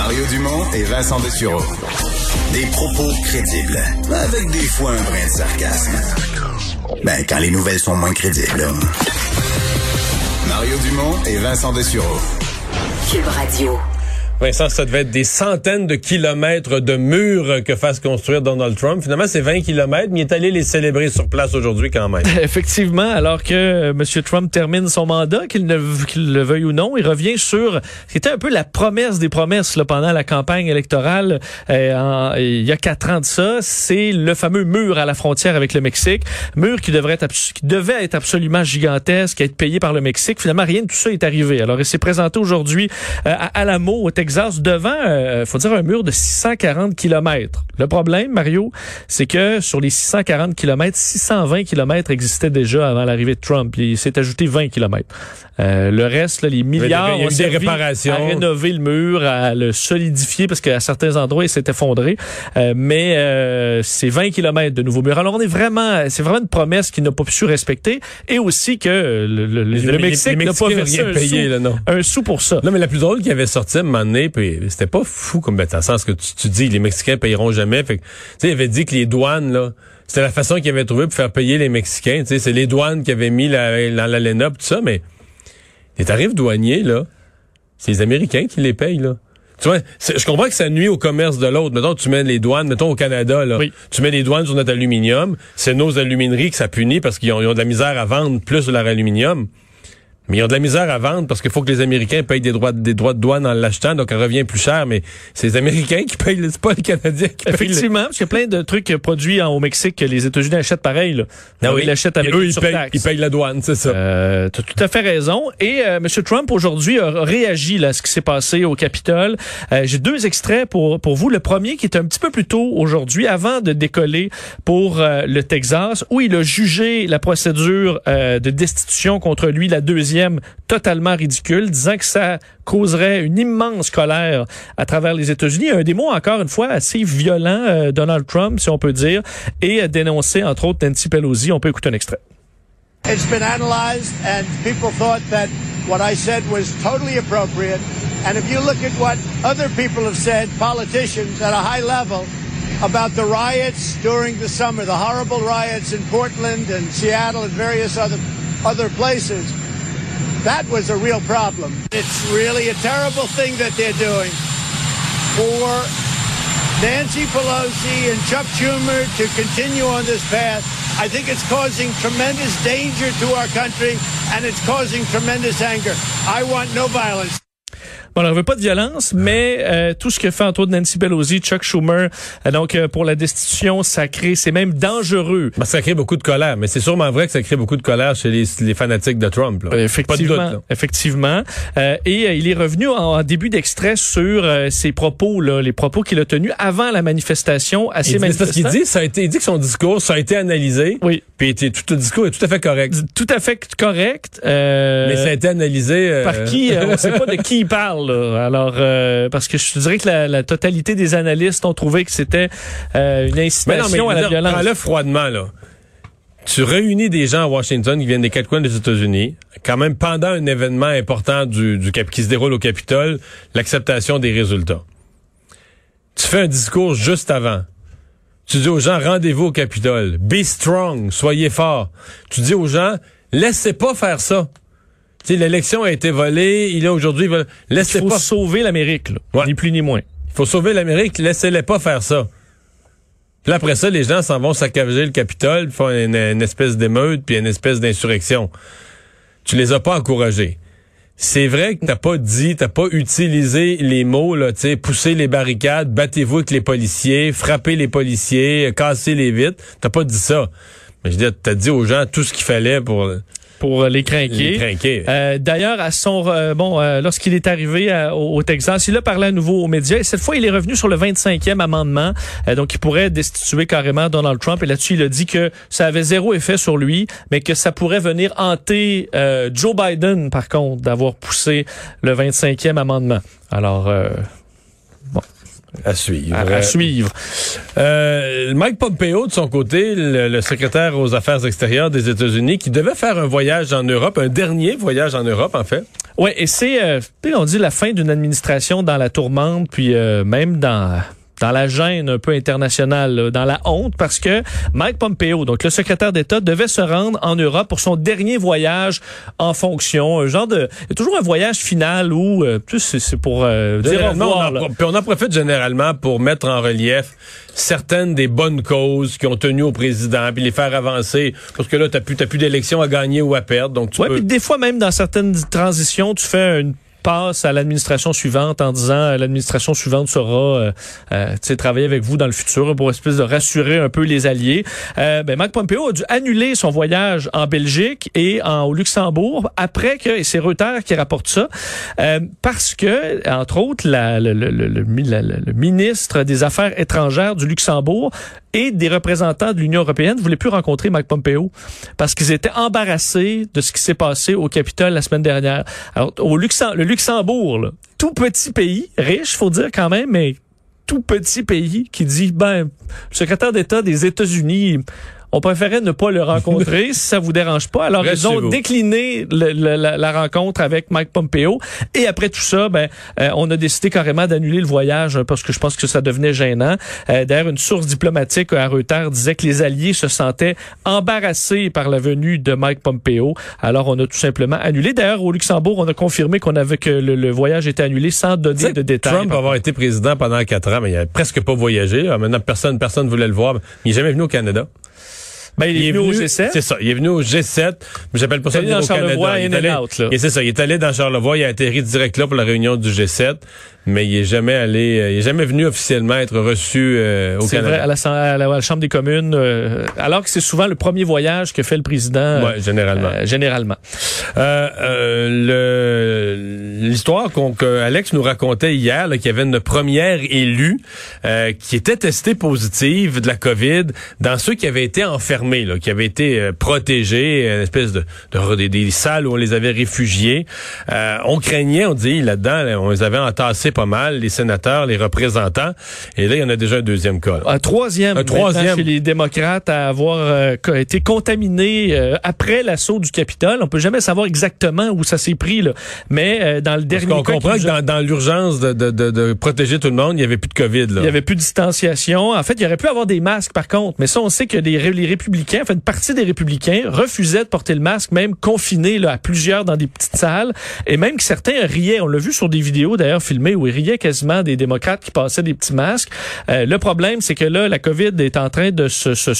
Mario Dumont et Vincent Dessureau. Des propos crédibles, avec des fois un brin de sarcasme. Ben, quand les nouvelles sont moins crédibles. Mario Dumont et Vincent Dessureau. Cube Radio. Vincent, ça devait être des centaines de kilomètres de murs que fasse construire Donald Trump. Finalement, c'est 20 kilomètres, mais il est allé les célébrer sur place aujourd'hui quand même. Effectivement, alors que M. Trump termine son mandat, qu'il le veuille ou non, il revient sur ce qui était un peu la promesse des promesses là, pendant la campagne électorale il y a 4 ans de ça. C'est le fameux mur à la frontière avec le Mexique. Mur qui devait être absolument gigantesque, être payé par le Mexique. Finalement, rien de tout ça est arrivé. Alors, il s'est présenté aujourd'hui à Alamo, au Texas, devant, faut dire, un mur de 640 kilomètres. Le problème, Mario, c'est que sur les 640 kilomètres, 620 kilomètres existaient déjà avant l'arrivée de Trump. Il s'est ajouté 20 kilomètres. Le reste, là, les milliards ont servi à rénover le mur, à le solidifier, parce qu'à certains endroits, il s'est effondré. Mais c'est 20 kilomètres de nouveaux murs. Alors, c'est vraiment une promesse qu'il n'a pas pu respecter. Et aussi que le Mexique n'a pas versé un sou pour ça. Non, mais la plus drôle qu'il avait sorti à un moment donné, puis c'était pas fou comme dans le sens que tu dis les Mexicains payeront jamais. Fait que, tu sais, il avait dit que les douanes, là, c'était la façon qu'il avait trouvé pour faire payer les Mexicains. Tu sais, c'est les douanes qui avaient mis dans l'ALENA, tout ça, mais les tarifs douaniers, là, c'est les Américains qui les payent, là. Tu vois, je comprends que ça nuit au commerce de l'autre. Mettons, tu mets les douanes, mettons au Canada, là. Oui. Tu mets les douanes sur notre aluminium. C'est nos alumineries que ça punit parce qu'ils ont de la misère à vendre plus de leur aluminium. Mais ils ont de la misère à vendre parce qu'il faut que les Américains payent des droits de douane en l'achetant, donc elle revient plus cher, mais c'est les Américains qui payent, c'est pas les Canadiens qui payent. Effectivement, parce qu'il y a plein de trucs produits au Mexique que les États-Unis achètent pareil, là. Ah oui. Ils l'achètent avec eux, une surtaxe. ils payent la douane, c'est ça. T'as tout à fait raison. Et M. Trump, aujourd'hui, a réagi là, à ce qui s'est passé au Capitole. J'ai 2 extraits pour vous. Le premier, qui est un petit peu plus tôt aujourd'hui, avant de décoller pour le Texas, où il a jugé la procédure de destitution contre lui, la deuxième, totalement ridicule, disant que ça causerait une immense colère à travers les États-Unis. Un des mots, encore une fois, assez violent, Donald Trump, si on peut dire, et dénoncé, entre autres, Nancy Pelosi. On peut écouter un extrait. It's been analyzed and people thought that what I said was totally appropriate. And if you look at what other people have said, politicians at a high level, about the riots during the summer, the horrible riots in Portland and Seattle and various other places, that was a real problem. It's really a terrible thing that they're doing. For Nancy Pelosi and Chuck Schumer to continue on this path, I think it's causing tremendous danger to our country and it's causing tremendous anger. I want no violence. Bon, on ne veut pas de violence, mais tout ce que fait entre autres Nancy Pelosi, Chuck Schumer, donc pour la destitution, c'est même dangereux. Ben, ça crée beaucoup de colère, mais c'est sûrement vrai que ça crée beaucoup de colère chez les fanatiques de Trump. Là. Effectivement, pas de doute, là. Effectivement. Et il est revenu en début d'extrait sur ses propos, là, les propos qu'il a tenus avant la manifestation à ses manifestants. C'est parce qu'il dit, il dit que son discours, ça a été analysé. Oui. Puis tout le discours est tout à fait correct. Tout à fait correct. Mais ça a été analysé par qui on ne sait pas de qui il parle. Là. Alors, parce que je te dirais que la totalité des analystes ont trouvé que c'était une incitation à la violence. Prends-le froidement, là. Tu réunis des gens à Washington qui viennent des 4 coins des États-Unis, quand même pendant un événement important qui se déroule au Capitole, l'acceptation des résultats. Tu fais un discours juste avant. Tu dis aux gens, rendez-vous au Capitole. Be strong, soyez forts. Tu dis aux gens, laissez pas faire ça. Tu sais, l'élection a été volée, il faut sauver l'Amérique, là. Ouais. Ni plus ni moins. Il faut sauver l'Amérique, laissez-les pas faire ça. Puis après ça, les gens s'en vont saccager le Capitole, font une espèce d'émeute, puis une espèce d'insurrection. Tu les as pas encouragés. C'est vrai que t'as pas utilisé les mots, là, tu sais, pousser les barricades, battez-vous avec les policiers, frappez les policiers, cassez les vitres. T'as pas dit ça. Mais je veux dire, t'as dit aux gens tout ce qu'il fallait pour les crinquer. D'ailleurs, lorsqu'il est arrivé au Texas, il a parlé à nouveau aux médias. Et cette fois, il est revenu sur le 25e amendement. Donc, il pourrait destituer carrément Donald Trump. Et là-dessus, il a dit que ça avait 0 effet sur lui, mais que ça pourrait venir hanter Joe Biden, par contre, d'avoir poussé le 25e amendement. Alors, bon. À suivre. À suivre. Mike Pompeo, de son côté, le secrétaire aux Affaires extérieures des États-Unis, qui devait faire un voyage en Europe, un dernier voyage en Europe, en fait. Ouais, et c'est, on dit la fin d'une administration dans la tourmente, puis même dans la gêne un peu internationale, là, dans la honte, parce que Mike Pompeo, donc le secrétaire d'État, devait se rendre en Europe pour son dernier voyage en fonction, un genre de... Il y a toujours un voyage final où, plus c'est pour dire au revoir. Puis on en profite généralement pour mettre en relief certaines des bonnes causes qui ont tenu au président, puis les faire avancer, parce que là, t'as plus d'élections à gagner ou à perdre, donc tu peux... Puis des fois, même dans certaines transitions, tu fais une passe à l'administration suivante en disant l'administration suivante saura travailler avec vous dans le futur pour espèce de rassurer un peu les alliés. Mike Pompeo a dû annuler son voyage en Belgique et au Luxembourg après que, et c'est Reuters qui rapporte ça, parce que, entre autres, le ministre des Affaires étrangères du Luxembourg et des représentants de l'Union européenne ne voulaient plus rencontrer Mike Pompeo parce qu'ils étaient embarrassés de ce qui s'est passé au Capitole la semaine dernière. Alors, le Luxembourg, là, tout petit pays, riche, faut dire quand même, mais tout petit pays qui dit, le secrétaire d'État des États-Unis, on préférait ne pas le rencontrer si ça vous dérange pas. Alors, ils ont décliné la rencontre avec Mike Pompeo. Et après tout ça, on a décidé carrément d'annuler le voyage parce que je pense que ça devenait gênant. D'ailleurs, une source diplomatique à Reuters disait que les alliés se sentaient embarrassés par la venue de Mike Pompeo. Alors, on a tout simplement annulé. D'ailleurs, au Luxembourg, on a confirmé que le voyage était annulé sans donner de détails. Trump va avoir été président pendant 4 ans, mais il n'a presque pas voyagé. Là. Maintenant, personne ne voulait le voir. Il n'est jamais venu au Canada. Il est venu au G7. C'est ça. Il est venu au G7. J'appelle pas ça venir au Canada. Et c'est ça. Il est allé dans Charlevoix. Il a atterri direct là pour la réunion du G7. Mais il est jamais venu officiellement être reçu au Canada. C'est vrai, à la Chambre des communes, alors que c'est souvent le premier voyage que fait le président. Ouais, généralement. L'histoire que Alex nous racontait hier, là, qu'il y avait une première élue qui était testée positive de la COVID dans ceux qui avaient été enfermés, là, qui avaient été protégés, une espèce des salles où on les avait réfugiés. On craignait, on dit là-dedans, on les avait entassés pas mal, les sénateurs, les représentants. Et là, il y en a déjà un deuxième cas. Là. Un troisième chez les démocrates à avoir été contaminé après l'assaut du Capitole. On peut jamais savoir exactement où ça s'est pris, là. Mais dans le dernier cas... On comprend que dans l'urgence de protéger tout le monde, il n'y avait plus de COVID. Là. Il n'y avait plus de distanciation. En fait, il y aurait pu avoir des masques, par contre. Mais ça, on sait que les républicains, en fait, une partie des républicains refusaient de porter le masque, même confinés là, à plusieurs dans des petites salles. Et même que certains riaient. On l'a vu sur des vidéos, d'ailleurs, filmées, où ils riaient quasiment des démocrates qui passaient des petits masques. Le problème, c'est que là, la COVID est en train de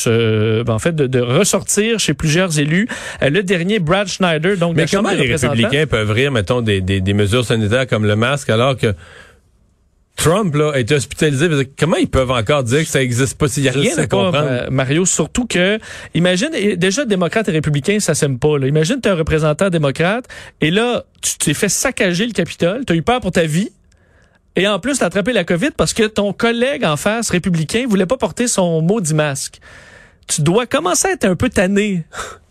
de ressortir chez plusieurs élus. Le dernier, Brad Schneider, donc... Mais comment les républicains peuvent rire, mettons, des mesures sanitaires comme le masque, alors que Trump là, a été hospitalisé? Comment ils peuvent encore dire que ça existe pas? Il n'y a rien à comprendre. Mario, surtout que, imagine, déjà, démocrates et républicains, ça s'aime pas. Là. Imagine, t'es un représentant démocrate, et là, tu t'es fait saccager le Capitole, t'as eu peur pour ta vie, et en plus, t'as attrapé la COVID parce que ton collègue en face, républicain, voulait pas porter son maudit masque. Tu dois commencer à être un peu tanné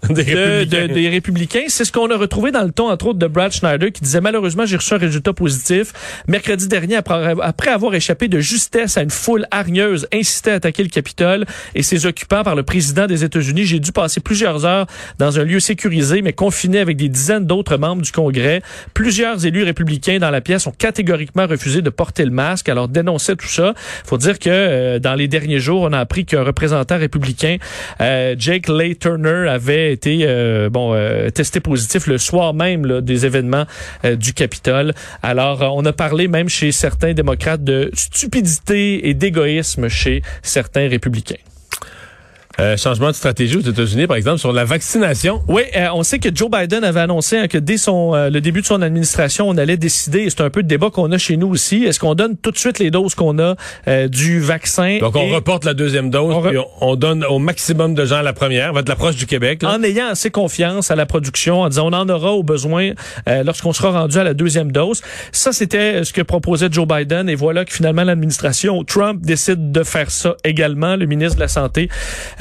des républicains. C'est ce qu'on a retrouvé dans le ton, entre autres, de Brad Schneider, qui disait, malheureusement, j'ai reçu un résultat positif. Mercredi dernier, après avoir échappé de justesse à une foule hargneuse incitée à attaquer le Capitole et ses occupants par le président des États-Unis, j'ai dû passer plusieurs heures dans un lieu sécurisé, mais confiné avec des dizaines d'autres membres du Congrès. Plusieurs élus républicains dans la pièce ont catégoriquement refusé de porter le masque, alors dénonçaient tout ça. Faut dire que dans les derniers jours, on a appris qu'un représentant républicain, Jake Layturner, avait été testé positif le soir même là, des événements du Capitole. Alors, on a parlé même chez certains démocrates de stupidité et d'égoïsme chez certains républicains. Changement de stratégie aux États-Unis, par exemple, sur la vaccination. Oui, on sait que Joe Biden avait annoncé que dès le début de son administration, on allait décider, et c'est un peu le débat qu'on a chez nous aussi, est-ce qu'on donne tout de suite les doses qu'on a du vaccin? Donc, on reporte la deuxième dose, puis on donne au maximum de gens la première, va être l'approche du Québec. Là. En ayant assez confiance à la production, en disant on en aura au besoin lorsqu'on sera rendu à la deuxième dose. Ça, c'était ce que proposait Joe Biden, et voilà que finalement, l'administration Trump décide de faire ça également, le ministre de la Santé,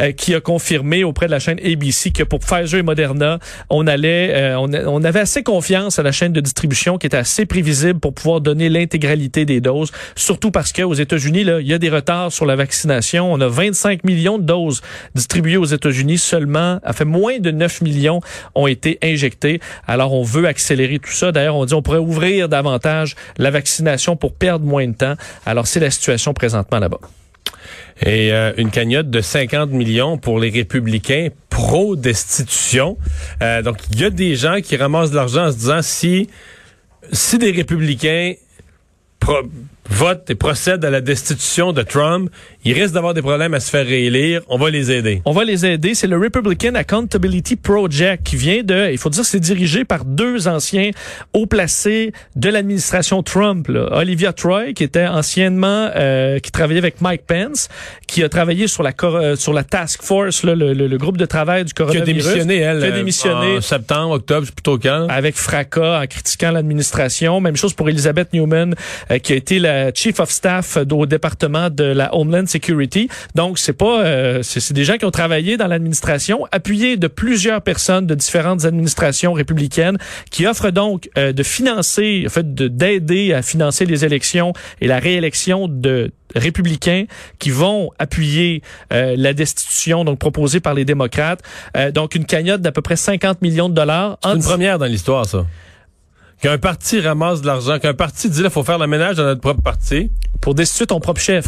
qui a confirmé auprès de la chaîne ABC que pour Pfizer et Moderna, on avait assez confiance à la chaîne de distribution qui était assez prévisible pour pouvoir donner l'intégralité des doses, surtout parce qu'aux États-Unis, là, il y a des retards sur la vaccination. On a 25 millions de doses distribuées aux États-Unis, seulement, à fait moins de 9 millions ont été injectés. Alors, on veut accélérer tout ça. D'ailleurs, on dit on pourrait ouvrir davantage la vaccination pour perdre moins de temps. Alors, c'est la situation présentement là-bas. Et une cagnotte de 50 millions pour les républicains pro-destitution. Donc, il y a des gens qui ramassent de l'argent en se disant si des républicains votent et procèdent à la destitution de Trump, il risque d'avoir des problèmes à se faire réélire. On va les aider. On va les aider. C'est le Republican Accountability Project qui vient il faut dire, c'est dirigé par 2 anciens hauts placés de l'administration Trump. Là. Olivia Troy, qui était anciennement, qui travaillait avec Mike Pence, qui a travaillé sur la task force, là, le groupe de travail du coronavirus. Qui a démissionné, elle, en septembre, octobre, c'est plutôt calme. Avec fracas, en critiquant l'administration. Même chose pour Elizabeth Newman, qui a été la Chief of Staff au département de la Homeland Security. Donc, c'est des gens qui ont travaillé dans l'administration, appuyés de plusieurs personnes de différentes administrations républicaines, qui offrent donc de financer, en fait, d'aider à financer les élections et la réélection de républicains qui vont appuyer la destitution donc proposée par les démocrates. Donc, une cagnotte d'à peu près 50 millions de dollars. C'est une première dans l'histoire, ça. Qu'un parti ramasse de l'argent, qu'un parti dit là, faut faire le ménage dans notre propre parti. Pour destituer ton propre chef.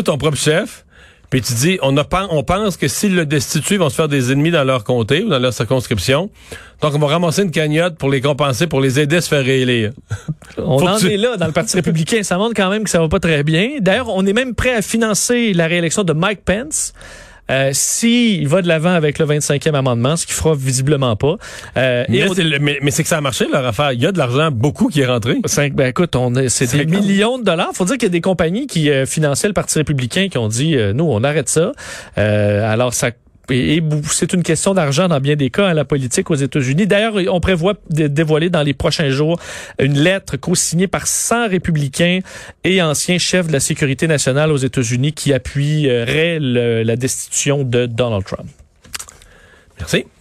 Puis tu dis, on pense que s'ils le destituent, ils vont se faire des ennemis dans leur comté ou dans leur circonscription. Donc, on va ramasser une cagnotte pour les compenser, pour les aider à se faire réélire. On en est là dans le Parti républicain. Ça montre quand même que ça va pas très bien. D'ailleurs, on est même prêt à financer la réélection de Mike Pence. S'il va de l'avant avec le 25e amendement, ce qu'il fera visiblement pas. Mais c'est que ça a marché, leur affaire. Il y a de l'argent, beaucoup qui est rentré. Écoute, c'est des millions de dollars. Faut dire qu'il y a des compagnies qui finançaient le Parti républicain qui ont dit, nous, on arrête ça. Alors, ça... Et c'est une question d'argent dans bien des cas à la politique aux États-Unis. D'ailleurs, on prévoit de dévoiler dans les prochains jours une lettre co-signée par 100 républicains et anciens chefs de la sécurité nationale aux États-Unis qui appuieraient la destitution de Donald Trump. Merci.